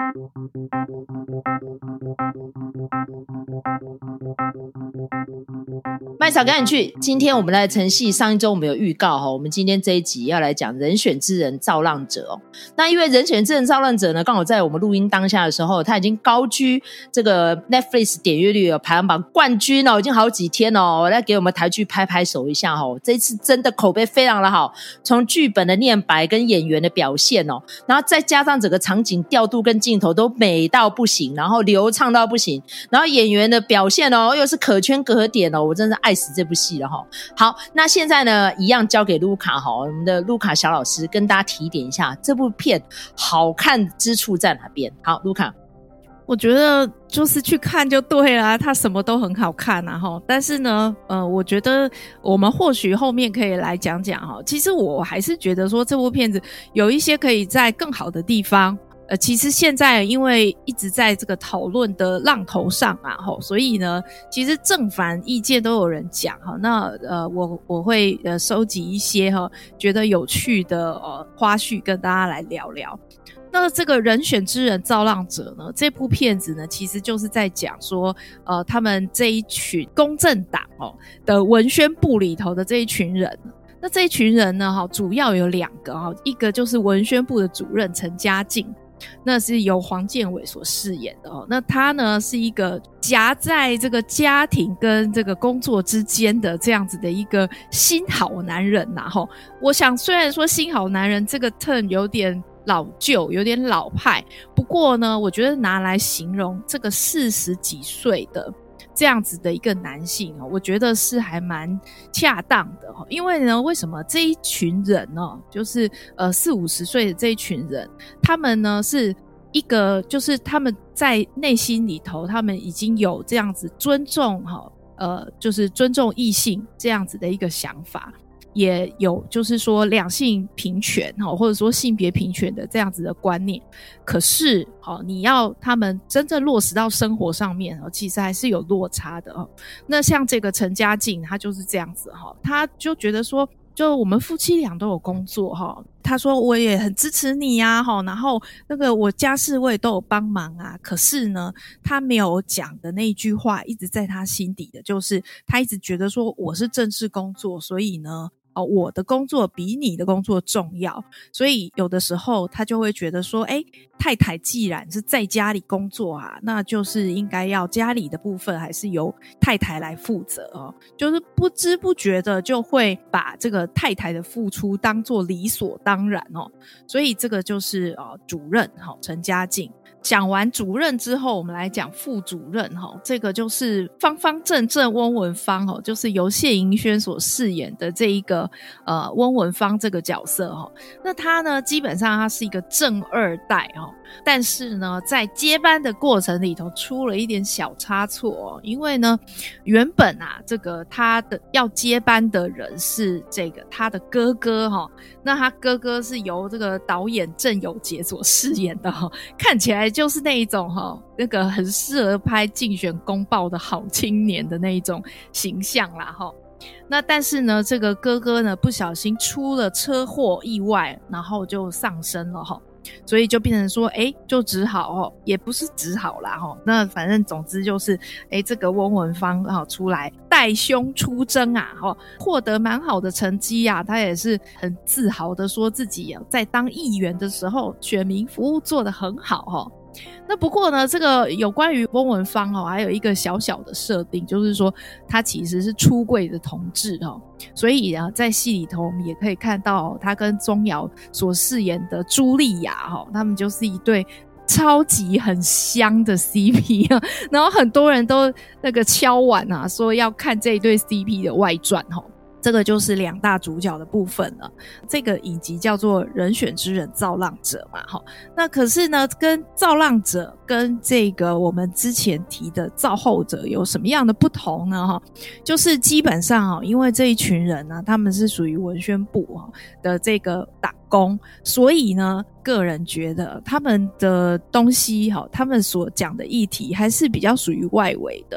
麦嫂赶紧去，今天我们来晨系，上一周我们有预告我们今天这一集要来讲人选之人造浪者那因为人选之人造浪者呢，刚好在我们录音当下的时候，他已经高居这个 Netflix 点阅率排行榜冠军已经好几天我来给我们台剧拍拍手一下这一次真的口碑非常的好，从剧本的念白跟演员的表现然后再加上整个场景调度跟镜头都美到不行，然后流畅到不行，然后演员的表现又是可圈可点我真是爱死这部戏了好，那现在呢一样交给卢卡我们的卢卡小老师跟大家提点一下这部片好看之处在哪边。好，卢卡。 我觉得就是去看就对啦，它什么都很好看但是呢我觉得我们或许后面可以来讲讲其实我还是觉得说这部片子有一些可以在更好的地方其实现在因为一直在这个讨论的浪头上所以呢其实正反意见都有人讲那我会收集一些觉得有趣的花絮跟大家来聊聊。那这个人选之人造浪者呢，这部片子呢其实就是在讲说他们这一群公正党的文宣部里头的这一群人。那这一群人呢主要有两个一个就是文宣部的主任陈嘉静，那是由黄健瑋所饰演的那他呢是一个夹在这个家庭跟这个工作之间的这样子的一个新好男人我想虽然说新好男人这个 term 有点老旧有点老派，不过呢我觉得拿来形容这个40几岁的这样子的一个男性我觉得是还蛮恰当的因为呢为什么这一群人就是40-50岁的这一群人，他们呢是一个就是他们在内心里头他们已经有这样子尊重就是尊重异性这样子的一个想法，也有就是说两性平权或者说性别平权的这样子的观念，可是你要他们真正落实到生活上面其实还是有落差的那像这个陈嘉静他就是这样子他就觉得说就我们夫妻俩都有工作他说我也很支持你然后那个我家事我也都有帮忙可是呢他没有讲的那一句话一直在他心底的，就是他一直觉得说我是正式工作，所以呢我的工作比你的工作重要，所以有的时候他就会觉得说太太既然是在家里工作那就是应该要家里的部分还是由太太来负责就是不知不觉的就会把这个太太的付出当作理所当然所以这个就是主任陈嘉静。讲完主任之后，我们来讲副主任这个就是方方正正翁文芳就是由谢盈萱所饰演的这一个翁文芳这个角色那他呢基本上他是一个正二代但是呢在接班的过程里头出了一点小差错因为呢原本这个他的要接班的人是这个他的哥哥那他哥哥是由这个导演郑有杰所饰演的看起来就是那一种那个很适合拍竞选公报的好青年的那一种形象啦那但是呢这个哥哥呢不小心出了车祸意外，然后就丧生了所以就变成说就只好也不是只好啦那反正总之就是这个翁文芳出来带兄出征获得蛮好的成绩他也是很自豪的说自己在当议员的时候选民服务做得很好那不过呢这个有关于翁文芳还有一个小小的设定，就是说他其实是出柜的同志所以在戏里头我们也可以看到他跟钟瑶所饰演的茱莉亚他们就是一对超级很香的 CP 然后很多人都那个敲碗说要看这一对 CP 的外传这个就是两大主角的部分了。这个影集叫做人选之人造浪者嘛那可是呢跟造浪者跟这个我们之前提的造后者有什么样的不同呢就是基本上因为这一群人呢他们是属于文宣部的这个党工，所以呢个人觉得他们的东西他们所讲的议题还是比较属于外围的，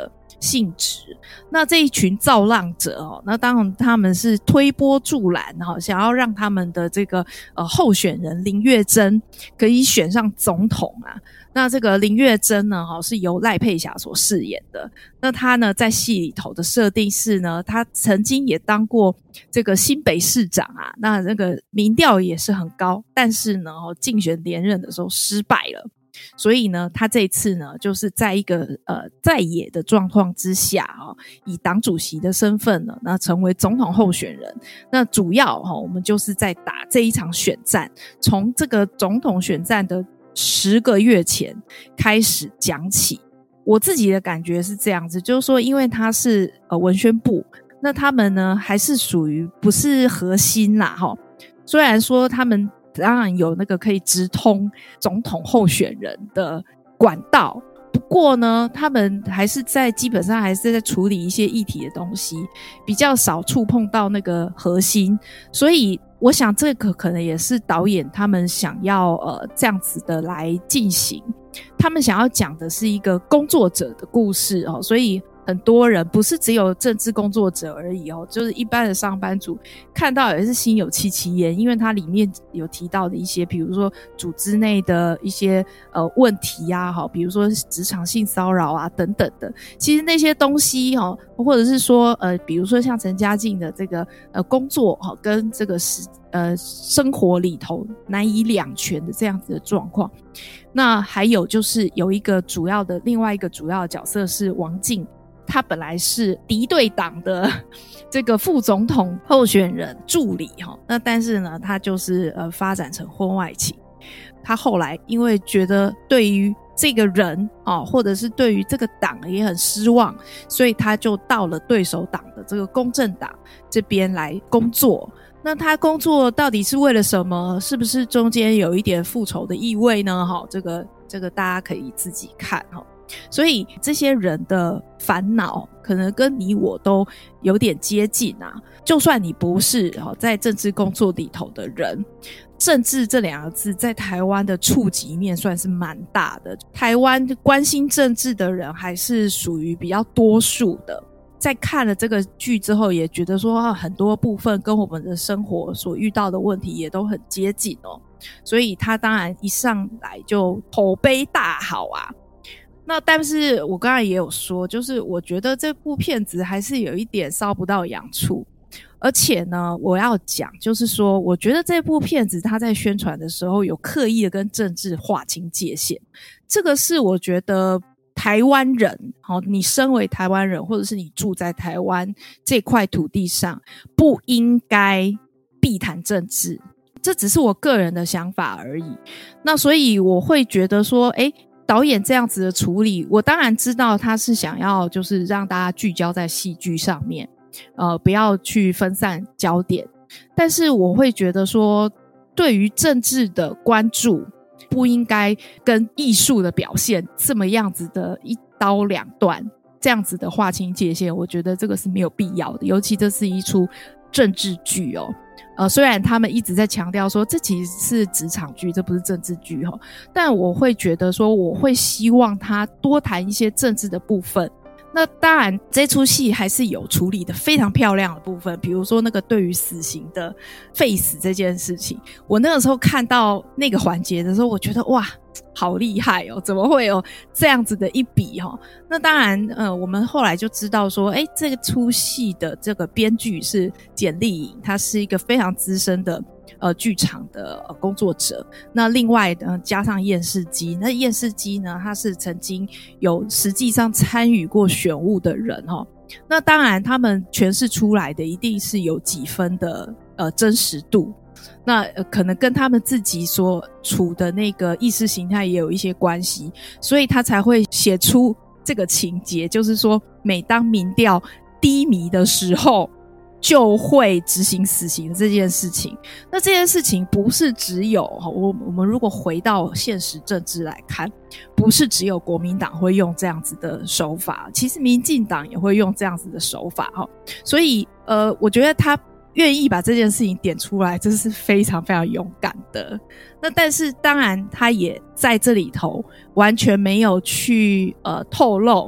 性质。那这一群造浪者那当然他们是推波助澜想要让他们的这个候选人林月珍可以选上总统啊。那这个林月珍呢是由赖佩霞所饰演的。那她呢在戏里头的设定是呢，她曾经也当过这个新北市长啊，那个民调也是很高，但是呢竞选连任的时候失败了。所以呢他这一次呢就是在一个在野的状况之下以党主席的身份呢那成为总统候选人。那主要我们就是在打这一场选战，从这个总统选战的10个月前开始讲起。我自己的感觉是这样子，就是说因为他是文宣部，那他们呢还是属于不是核心啦虽然说他们当然有那个可以直通总统候选人的管道，不过呢他们还是基本上还是在处理一些议题的东西，比较少触碰到那个核心。所以我想这个可能也是导演他们想要这样子的来进行，他们想要讲的是一个工作者的故事所以很多人不是只有政治工作者而已就是一般的上班族看到也是心有戚戚焉，因为它里面有提到的一些比如说组织内的一些问题啊比如说职场性骚扰啊等等的，其实那些东西或者是说比如说像陈嘉静的这个工作跟这个生活里头难以两全的这样子的状况。那还有就是有另外一个主要的角色是王静，他本来是敌对党的这个副总统候选人助理那但是呢他就是发展成婚外情。他后来因为觉得对于这个人或者是对于这个党也很失望，所以他就到了对手党的这个公正党这边来工作。那他工作到底是为了什么？是不是中间有一点复仇的意味呢？这个大家可以自己看所以这些人的烦恼可能跟你我都有点接近啊。就算你不是在政治工作里头的人，政治这2个字在台湾的触及面算是蛮大的，台湾关心政治的人还是属于比较多数的。在看了这个剧之后也觉得说很多部分跟我们的生活所遇到的问题也都很接近所以他当然一上来就口碑大好啊。那但是我刚才也有说，就是我觉得这部片子还是有一点烧不到痒处。而且呢我要讲就是说，我觉得这部片子他在宣传的时候有刻意的跟政治划清界限，这个是我觉得台湾人你身为台湾人或者是你住在台湾这块土地上不应该避谈政治，这只是我个人的想法而已。那所以我会觉得说导演这样子的处理，我当然知道他是想要就是让大家聚焦在戏剧上面不要去分散焦点，但是我会觉得说对于政治的关注不应该跟艺术的表现这么样子的一刀两断，这样子的划清界限，我觉得这个是没有必要的。尤其这是一出政治剧虽然他们一直在强调说这其实是职场剧，这不是政治剧但我会觉得说我会希望他多谈一些政治的部分。那当然这出戏还是有处理的非常漂亮的部分，比如说那个对于死刑的废死这件事情，我那个时候看到那个环节的时候我觉得哇好厉害怎么会有这样子的一笔那当然我们后来就知道说这个出戏的这个编剧是简丽颖，他是一个非常资深的剧场的工作者。那另外加上验视机，那验视机呢他是曾经有实际上参与过选务的人那当然他们诠释出来的一定是有几分的真实度，那可能跟他们自己所处的那个意识形态也有一些关系，所以他才会写出这个情节，就是说每当民调低迷的时候就会执行死刑的这件事情。那这件事情不是只有我们如果回到现实政治来看，不是只有国民党会用这样子的手法，其实民进党也会用这样子的手法所以我觉得他愿意把这件事情点出来，这是非常非常勇敢的。那但是当然他也在这里头完全没有去透露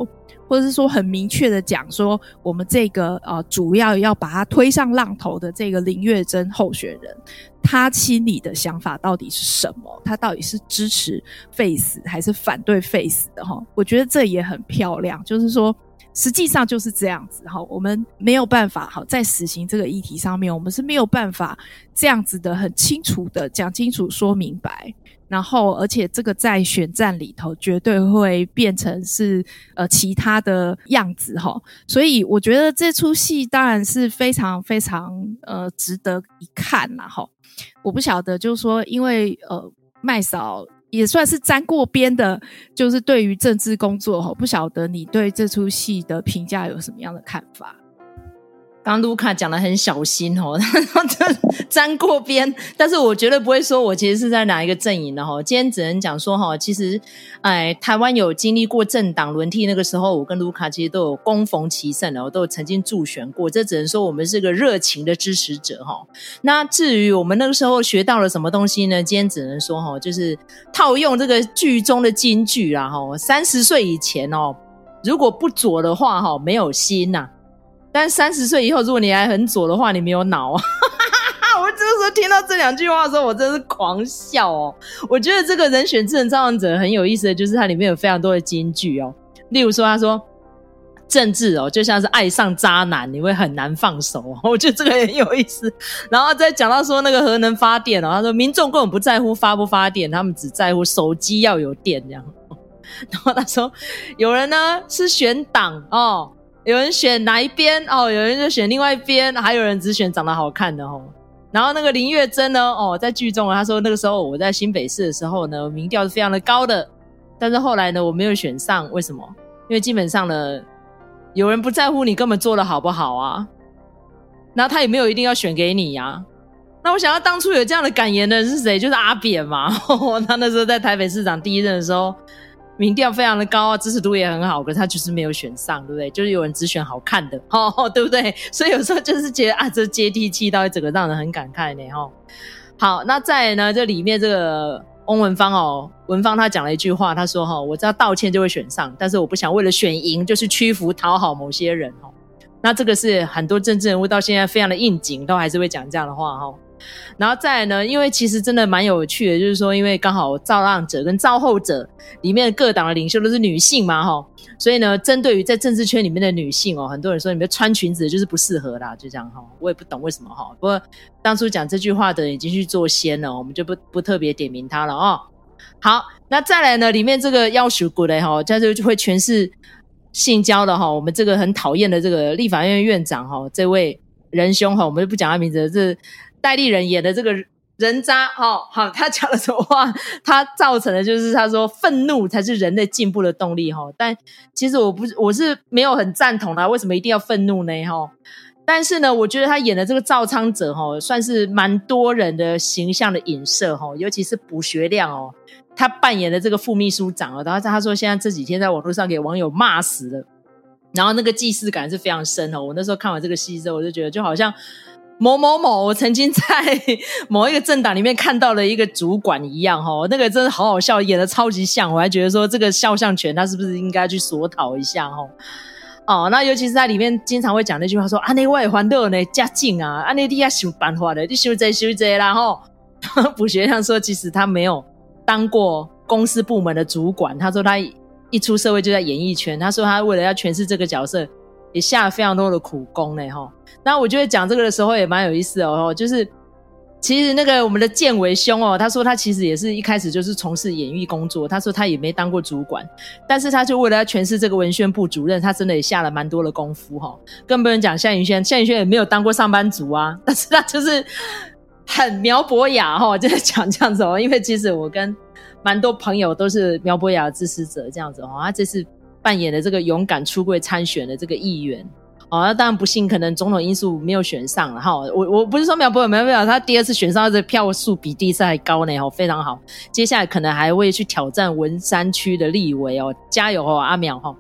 或者是说很明确的讲说我们这个主要把他推上浪头的这个林月珍候选人，他心里的想法到底是什么，他到底是支持废死还是反对废死的齁。我觉得这也很漂亮，就是说实际上就是这样子齁，我们没有办法在死刑这个议题上面，我们是没有办法这样子的很清楚的讲清楚说明白，然后而且这个在选战里头绝对会变成是其他的样子齁。所以我觉得这出戏当然是非常非常值得一看啦齁。我不晓得就是说因为麦嫂也算是沾过边的，就是对于政治工作齁，不晓得你对这出戏的评价有什么样的看法？ 刚卢卡讲得很小心哦，他沾过边，但是我绝对不会说我其实是在哪一个阵营的哦。今天只能讲说其实台湾有经历过政党轮替，那个时候我跟卢卡其实都有恭逢其盛哦，都有曾经助选过，这只能说我们是个热情的支持者哦。那至于我们那个时候学到了什么东西呢？今天只能说就是套用这个剧中的金句啦，30岁以前如果不左的话没有心呐，但30岁以后如果你还很左的话，你没有脑我这个时候听到这两句话的时候，我真是狂笑我觉得这个人选之人造浪者很有意思的就是它里面有非常多的金句例如说他说政治就像是爱上渣男，你会很难放手我觉得这个也很有意思。然后再讲到说那个核能发电他说民众根本不在乎发不发电，他们只在乎手机要有电这样然后他说有人呢是选党有人选哪一边有人就选另外一边，还有人只选长得好看的然后那个林月珍呢在剧中他说那个时候我在新北市的时候呢民调是非常的高的，但是后来呢我没有选上，为什么？因为基本上呢有人不在乎你根本做得好不好啊，然后他也没有一定要选给你啊。那我想要当初有这样的感言的人是谁？就是阿扁嘛他那时候在台北市长第一任的时候民调非常的高支持度也很好，可是他就是没有选上，对不对？就是有人只选好看的对不对？所以有时候就是觉得这接地气到整个让人很感慨呢好，那再来呢这里面这个翁文芳文芳他讲了一句话，他说我知道道歉就会选上，但是我不想为了选赢就是屈服讨好某些人那这个是很多政治人物到现在非常的应景，都还是会讲这样的话然后再来呢，因为其实真的蛮有趣的，就是说因为刚好造浪者跟造后者里面各党的领袖都是女性嘛所以呢针对于在政治圈里面的女性很多人说你们穿裙子就是不适合啦，就这样我也不懂为什么不过当初讲这句话的人已经去做仙了，我们就不特别点名他了好，那再来呢里面这个要求骨的这就会诠释性交的我们这个很讨厌的这个立法院院长这位仁兄我们就不讲他名字，这戴立人演的这个人渣他讲了什么话？他造成的就是他说愤怒才是人类进步的动力但其实我是没有很赞同的，为什么一定要愤怒呢但是呢我觉得他演的这个赵昌哲算是蛮多人的形象的影射尤其是卜学亮他扮演的这个副秘书长然后他说现在这几天在网络上给网友骂死了，然后那个既视感是非常深我那时候看完这个戏之后，我就觉得就好像某某某我曾经在某一个政党里面看到了一个主管一样那个真的好好笑，演得超级像，我还觉得说这个肖像权他是不是应该去索讨一下那尤其是在里面经常会讲那句话说那我也还到呢加进啊那你要想办法的，你想这啦卜学亮说其实他没有当过公司部门的主管，他说他一出社会就在演艺圈，他说他为了要诠释这个角色也下了非常多的苦功呢那我觉得讲这个的时候也蛮有意思就是其实那个我们的建伟兄他说他其实也是一开始就是从事演艺工作，他说他也没当过主管，但是他就为了要诠释这个文宣部主任，他真的也下了蛮多的功夫更不能讲夏云轩也没有当过上班族啊，但是他就是很苗博雅就是讲这样子因为其实我跟蛮多朋友都是苗博雅的支持者这样子他这次扮演的这个勇敢出柜参选的这个议员那当然不幸可能总统因素没有选上了我不是说苗博雅他第二次选上的票数比第一次还高呢非常好，接下来可能还会去挑战文山区的立委加油阿苗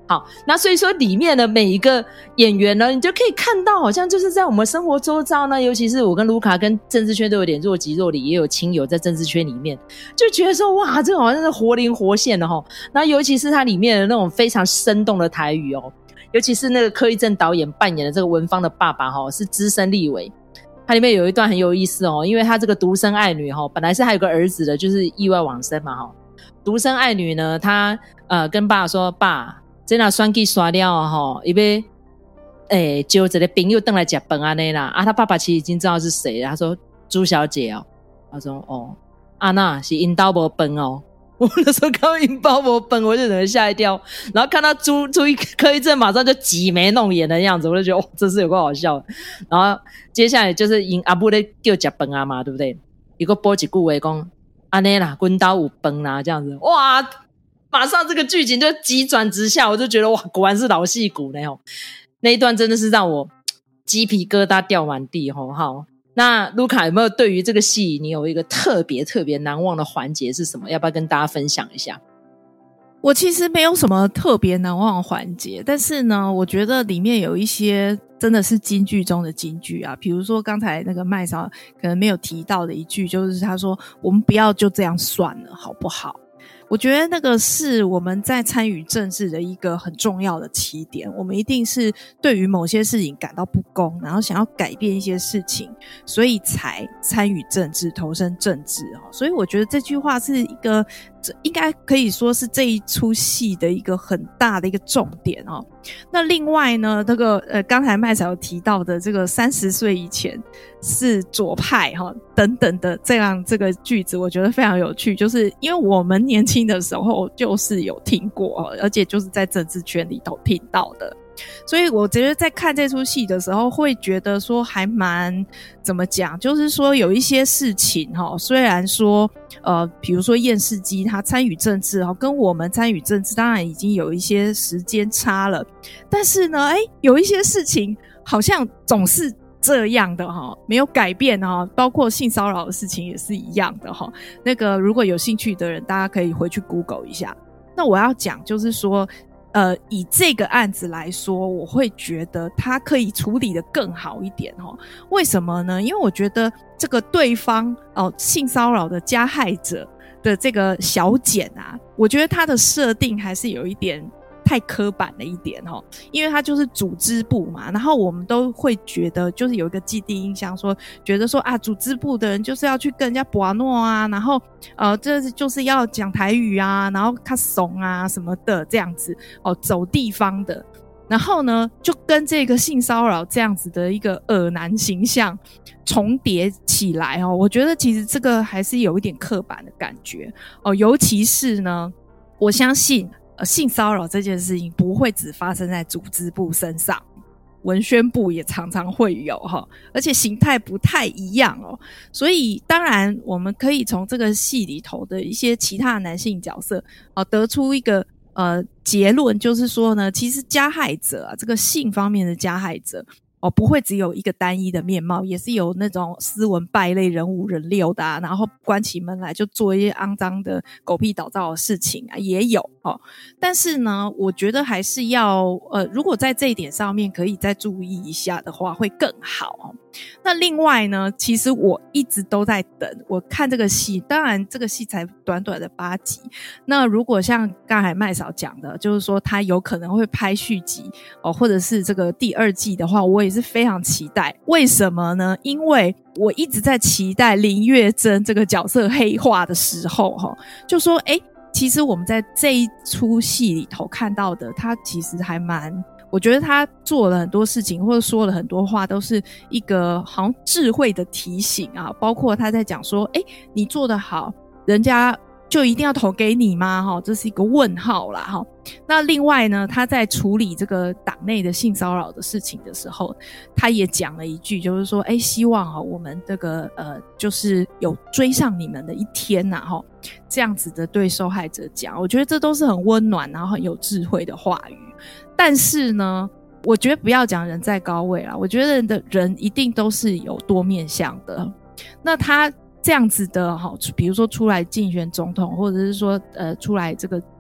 好，那所以说里面的每一个演员呢，你就可以看到好像就是在我们生活周遭呢，尤其是我跟卢卡跟政治圈都有点若即若离，也有亲友在政治圈里面，就觉得说哇，这个好像是活灵活现的齁。那尤其是它里面的那种非常生动的台语哦，尤其是那个柯一正导演扮演的这个文芳的爸爸齁，是资深立委。它里面有一段很有意思哦，因为他这个独生爱女齁，本来是还有个儿子的，就是意外往生嘛齁。独生爱女呢，她跟爸爸说，爸这若选举刷了齁，伊要揪一个朋友回来吃饭安尼啦。啊，他爸爸其实已经知道是谁了，他说朱小姐哦，他说哦，那是因兜无饭哦。我那时候看到因包无饭，我就整个吓一跳，然后看到朱柯一正马上就挤眉弄眼的样子，我就觉得哦，这是有够好笑的。然后接下来就是因阿母咧叫吃饭啊嘛，对不对？有个播几句话讲安尼啦，阮兜有饭啦，这样子，哇！马上这个剧情就急转直下，我就觉得哇，果然是老戏骨呢吼。那一段真的是让我鸡皮疙瘩掉满地吼。好，那卢卡有没有对于这个戏你有一个特别难忘的环节是什么？要不要跟大家分享一下？ 我其实没有什么特别难忘的环节，但是呢，我觉得里面有一些真的是金句中的金句啊，比如说刚才那个麦嫂可能没有提到的一句，就是他说我们不要就这样算了好不好。我觉得那个是我们在参与政治的一个很重要的起点，我们一定是对于某些事情感到不公，然后想要改变一些事情，所以才参与政治，投身政治。所以我觉得这句话是一个应该可以说是这一出戏的一个很大的一个重点哦。那另外呢，这个刚才麦嫂有提到的这个30岁以前是左派等等的这个句子，我觉得非常有趣，就是因为我们年轻的时候就是有听过，而且就是在政治圈里头听到的。所以我觉得在看这出戏的时候会觉得说还蛮怎么讲，就是说有一些事情虽然说比如说验视机他参与政治跟我们参与政治当然已经有一些时间差了，但是呢有一些事情好像总是这样的没有改变包括性骚扰的事情也是一样的那个如果有兴趣的人大家可以回去 Google 一下。那我要讲就是说以这个案子来说，我会觉得他可以处理得更好一点为什么呢？因为我觉得这个对方性骚扰的加害者的这个小简啊，我觉得他的设定还是有一点太刻板了一点因为他就是组织部嘛，然后我们都会觉得就是有一个既定印象说觉得说啊，组织部的人就是要去跟人家博诺啊，然后这就是要讲台语啊，然后较怂啊什么的这样子走地方的，然后呢就跟这个性骚扰这样子的一个恶男形象重叠起来我觉得其实这个还是有一点刻板的感觉尤其是呢我相信性骚扰这件事情不会只发生在组织部身上，文宣部也常常会有而且形态不太一样所以当然我们可以从这个戏里头的一些其他的男性角色得出一个结论，就是说呢其实加害者这个性方面的加害者不会只有一个单一的面貌，也是有那种斯文败类人五人六的然后关起门来就做一些肮脏的狗屁倒灶的事情也有但是呢我觉得还是要如果在这一点上面可以再注意一下的话会更好那另外呢其实我一直都在等我看这个戏，当然这个戏才短短的8集，那如果像刚才麦嫂讲的就是说他有可能会拍续集或者是这个第2季的话，我也是非常期待。为什么呢？因为我一直在期待林月珍这个角色黑化的时候就说其实我们在这一出戏里头看到的他其实还蛮，我觉得他做了很多事情或者说了很多话都是一个好像智慧的提醒包括他在讲说你做得好人家就一定要投给你吗这是一个问号啦那另外呢他在处理这个党内的性骚扰的事情的时候，他也讲了一句就是说希望我们这个就是有追上你们的一天这样子的对受害者讲，我觉得这都是很温暖然后很有智慧的话语。但是呢我觉得不要讲人在高位啦，我觉得人一定都是有多面向的，那他这样子的比如说出来竞选总统，或者是说出来这个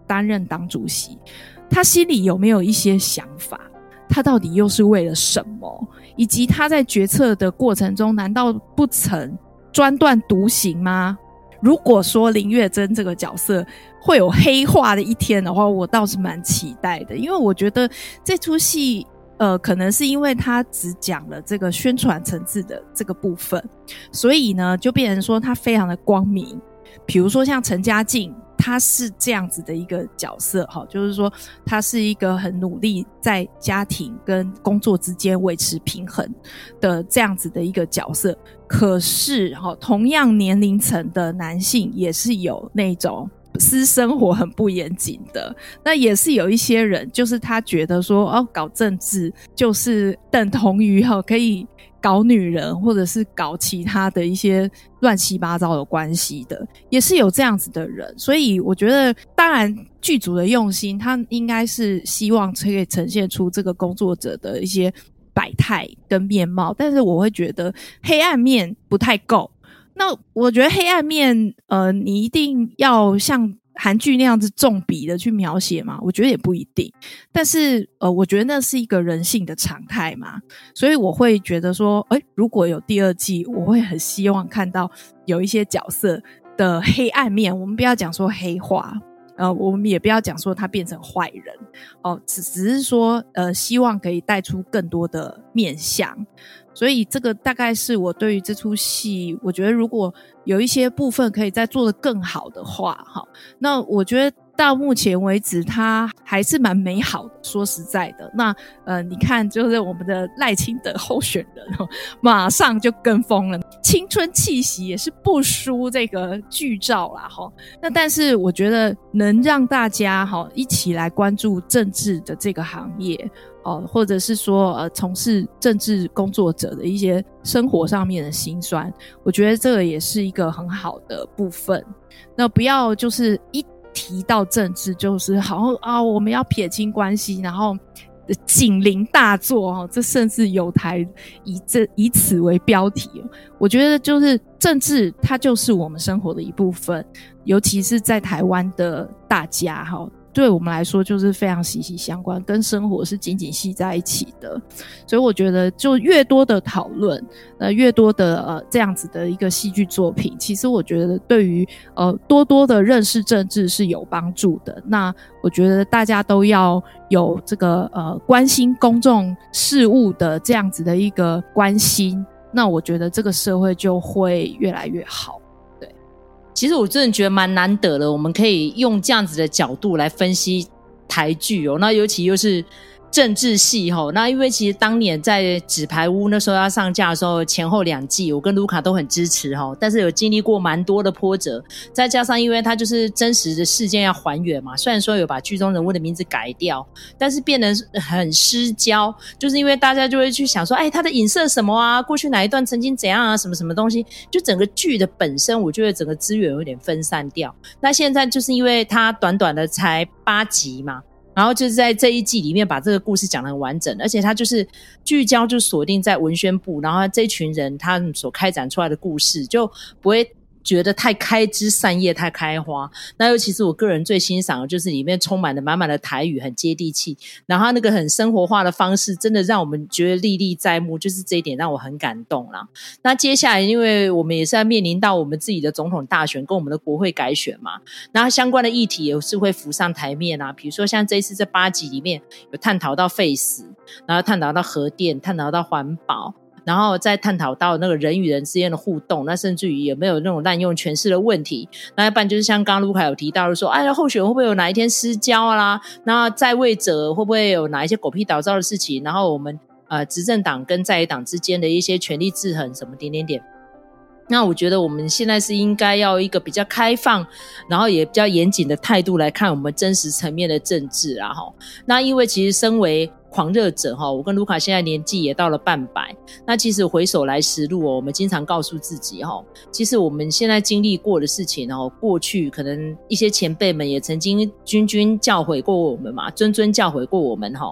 担任党主席，他心里有没有一些想法？他到底又是为了什么？以及他在决策的过程中，难道不曾专断独行吗？如果说林月珍这个角色会有黑化的一天的话，我倒是蛮期待的，因为我觉得这出戏可能是因为他只讲了这个宣传层次的这个部分，所以呢就变成说他非常的光明。比如说像陈嘉静，他是这样子的一个角色，就是说他是一个很努力在家庭跟工作之间维持平衡的这样子的一个角色。可是同样年龄层的男性也是有那种私生活很不严谨的，那也是有一些人就是他觉得说搞政治就是等同于可以搞女人或者是搞其他的一些乱七八糟的关系的，也是有这样子的人。所以我觉得当然剧组的用心，他应该是希望可以呈现出这个工作者的一些百态跟面貌，但是我会觉得黑暗面不太够。那我觉得黑暗面你一定要像韩剧那样子重笔的去描写嘛？我觉得也不一定。但是我觉得那是一个人性的常态嘛，所以我会觉得说如果有第二季，我会很希望看到有一些角色的黑暗面。我们不要讲说黑化，我们也不要讲说他变成坏人只是说希望可以带出更多的面向。所以这个大概是我对于这出戏，我觉得如果有一些部分可以再做得更好的话，那我觉得到目前为止它还是蛮美好的，说实在的。那你看就是我们的赖清德候选人马上就跟风了，青春气息也是不输这个剧照啦那但是我觉得能让大家一起来关注政治的这个行业或者是说从事政治工作者的一些生活上面的辛酸，我觉得这个也是一个很好的部分。那不要就是一提到政治就是好像我们要撇清关系，然后警铃大作这甚至有台以此为标题我觉得就是政治它就是我们生活的一部分，尤其是在台湾的大家对我们来说就是非常息息相关，跟生活是紧紧系在一起的。所以我觉得就越多的讨论越多的这样子的一个戏剧作品，其实我觉得对于多的认识政治是有帮助的。那我觉得大家都要有这个关心公众事务的这样子的一个关心，那我觉得这个社会就会越来越好。 其实我真的觉得蛮难得的，我们可以用这样子的角度来分析台剧那尤其又是政治戏那因为其实当年在纸牌屋那时候要上架的时候，前后2季我跟卢卡都很支持但是有经历过蛮多的波折，再加上因为它就是真实的事件要还原嘛，虽然说有把剧中人物的名字改掉，但是变得很失焦，就是因为大家就会去想说它的影射什么啊，过去哪一段曾经怎样啊，什么什么东西，就整个剧的本身我觉得整个资源有点分散掉。那现在就是因为它短短的才8集嘛，然后就是在这一季里面把这个故事讲得很完整，而且他就是聚焦就锁定在文宣部，然后这一群人他们所开展出来的故事就不会觉得太开枝散叶太开花。那尤其是我个人最欣赏的就是里面充满了满满的台语，很接地气，然后他那个很生活化的方式真的让我们觉得历历在目，就是这一点让我很感动啦。那接下来因为我们也是要面临到我们自己的总统大选跟我们的国会改选嘛，然后相关的议题也是会浮上台面啊，比如说像这一次这8集里面有探讨到废死，然后探讨到核电，探讨到环保，然后再探讨到那个人与人之间的互动，那甚至于有没有那种滥用权势的问题。那一般就是像刚刚卢卡有提到的说候选人会不会有哪一天失焦啦，那在位者会不会有哪一些狗屁倒灶的事情，然后我们执政党跟在野党之间的一些权力制衡什么点点点。那我觉得我们现在是应该要一个比较开放然后也比较严谨的态度来看我们真实层面的政治啦那因为其实身为狂热者我跟卢卡现在年纪也到了半百，那其实回首来时路我们经常告诉自己其实我们现在经历过的事情过去可能一些前辈们也曾经君君教诲过我们嘛，谆谆教诲过我们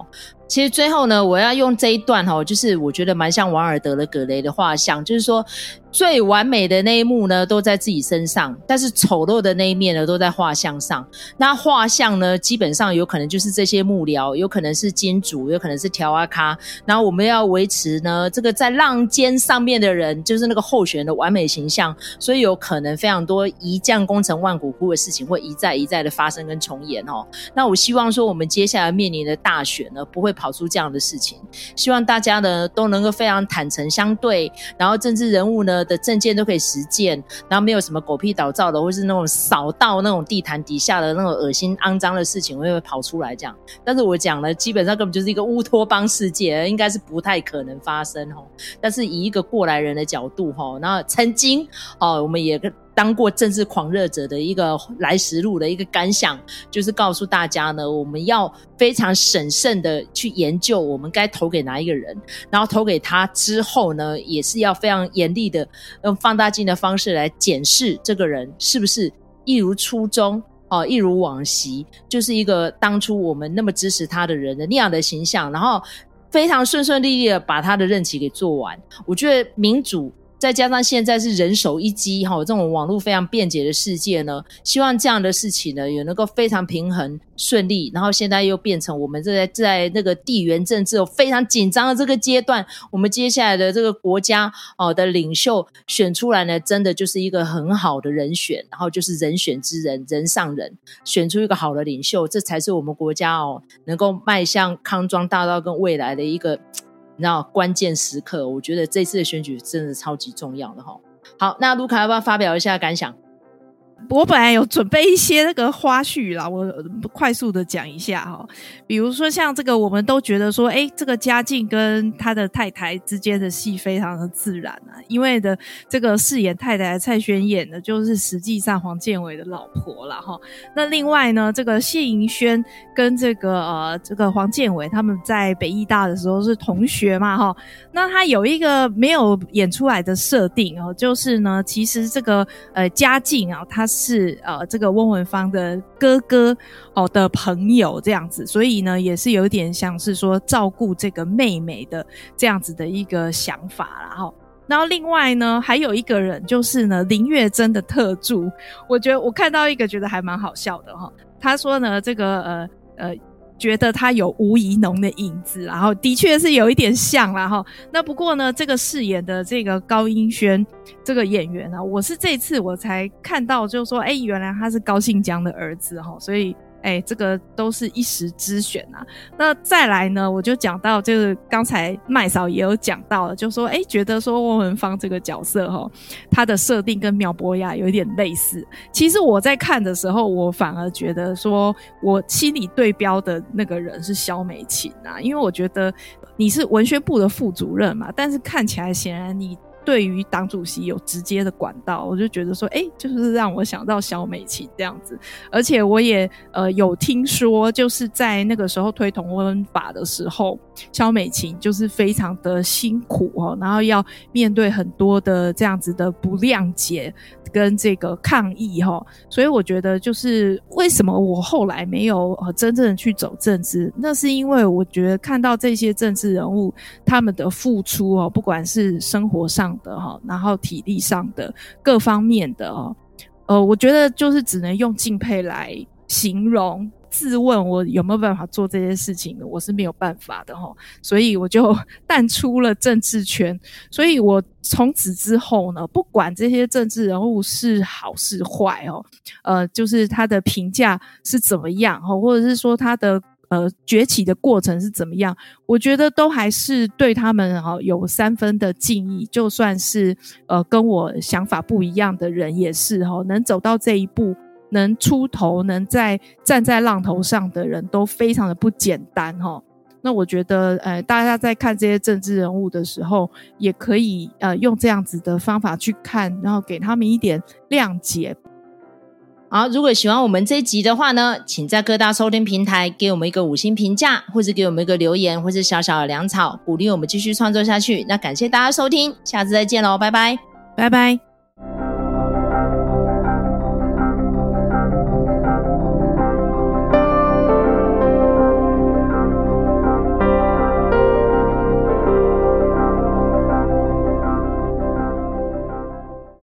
其实最后呢，我要用这一段就是我觉得蛮像王尔德的葛雷的画像，就是说最完美的那一幕呢都在自己身上，但是丑陋的那一面呢都在画像上。那画像呢基本上有可能就是这些幕僚，有可能是金主，有可能是条阿咖，然后我们要维持呢这个在浪尖上面的人就是那个候选人的完美形象，所以有可能非常多一将功成万骨枯的事情会一再一再的发生跟重演那我希望说我们接下来面临的大选呢不会跑出这样的事情，希望大家呢都能够非常坦诚相对，然后政治人物呢的政见都可以实践，然后没有什么狗屁倒灶的或是那种扫到那种地毯底下的那种恶心肮脏的事情会跑出来这样。但是我讲了基本上根本就是一个乌托邦世界，应该是不太可能发生但是以一个过来人的角度然后曾经我们也当过政治狂热者的一个来时路的一个感想，就是告诉大家呢，我们要非常审慎的去研究我们该投给哪一个人，然后投给他之后呢，也是要非常严厉的用放大镜的方式来检视这个人是不是一如初衷一如往昔，就是一个当初我们那么支持他的人的那样的形象，然后非常顺顺利利的把他的任期给做完。我觉得民主再加上现在是人手一机这种网络非常便捷的世界呢，希望这样的事情呢也能够非常平衡顺利，然后现在又变成我们在那个地缘政治非常紧张的这个阶段，我们接下来的这个国家的领袖选出来呢真的就是一个很好的人选，然后就是人选之人人上人，选出一个好的领袖，这才是我们国家能够迈向康庄大道跟未来的一个你知道关键时刻。我觉得这次的选举真的超级重要的好，那卢卡要不要发表一下感想？ 我本来有准备一些那个花絮啦，我快速的讲一下比如说像这个我们都觉得说这个嘉靖跟他的太太之间的戏非常的自然因为的这个饰演太太的蔡轩演的就是实际上黄建伟的老婆啦那另外呢这个谢盈萱跟这个黄建伟他们在北艺大的时候是同学嘛那他有一个没有演出来的设定就是呢其实这个嘉靖他是这个翁文芳的哥哥的朋友这样子，所以呢也是有点像是说照顾这个妹妹的这样子的一个想法啦然后另外呢还有一个人就是呢林月珍的特助，我觉得我看到一个觉得还蛮好笑的他说呢这个觉得他有吴怡农的影子，然后的确是有一点像啦那不过呢这个饰演的这个高英轩这个演员我是这次我才看到就是说原来他是高信江的儿子所以这个都是一时之选那再来呢我就讲到就是刚才麦嫂也有讲到了，就说觉得说翁文芳这个角色他的设定跟苗博雅有一点类似。其实我在看的时候我反而觉得说我心里对标的那个人是萧美琴因为我觉得你是文宣部的副主任嘛，但是看起来显然你对于党主席有直接的管道，我就觉得说就是让我想到萧美琴这样子。而且我也有听说就是在那个时候推同婚法的时候，萧美琴就是非常的辛苦然后要面对很多的这样子的不谅解跟这个抗议所以我觉得就是为什么我后来没有真正的去走政治，那是因为我觉得看到这些政治人物他们的付出不管是生活上的然后体力上的各方面的我觉得就是只能用敬佩来形容。自问我有没有办法做这些事情的，我是没有办法的所以我就淡出了政治圈。所以我从此之后呢，不管这些政治人物是好是坏就是他的评价是怎么样或者是说他的崛起的过程是怎么样，我觉得都还是对他们有3分的敬意。就算是跟我想法不一样的人也是能走到这一步，能出头，能站在浪头上的人都非常的不简单那我觉得大家在看这些政治人物的时候也可以用这样子的方法去看，然后给他们一点谅解。 好，如果喜欢我们这一集的话呢，请在各大收听平台给我们一个5星评价，或是给我们一个留言，或是小小的粮草，鼓励我们继续创作下去。那感谢大家收听，下次再见咯，拜拜。 拜拜。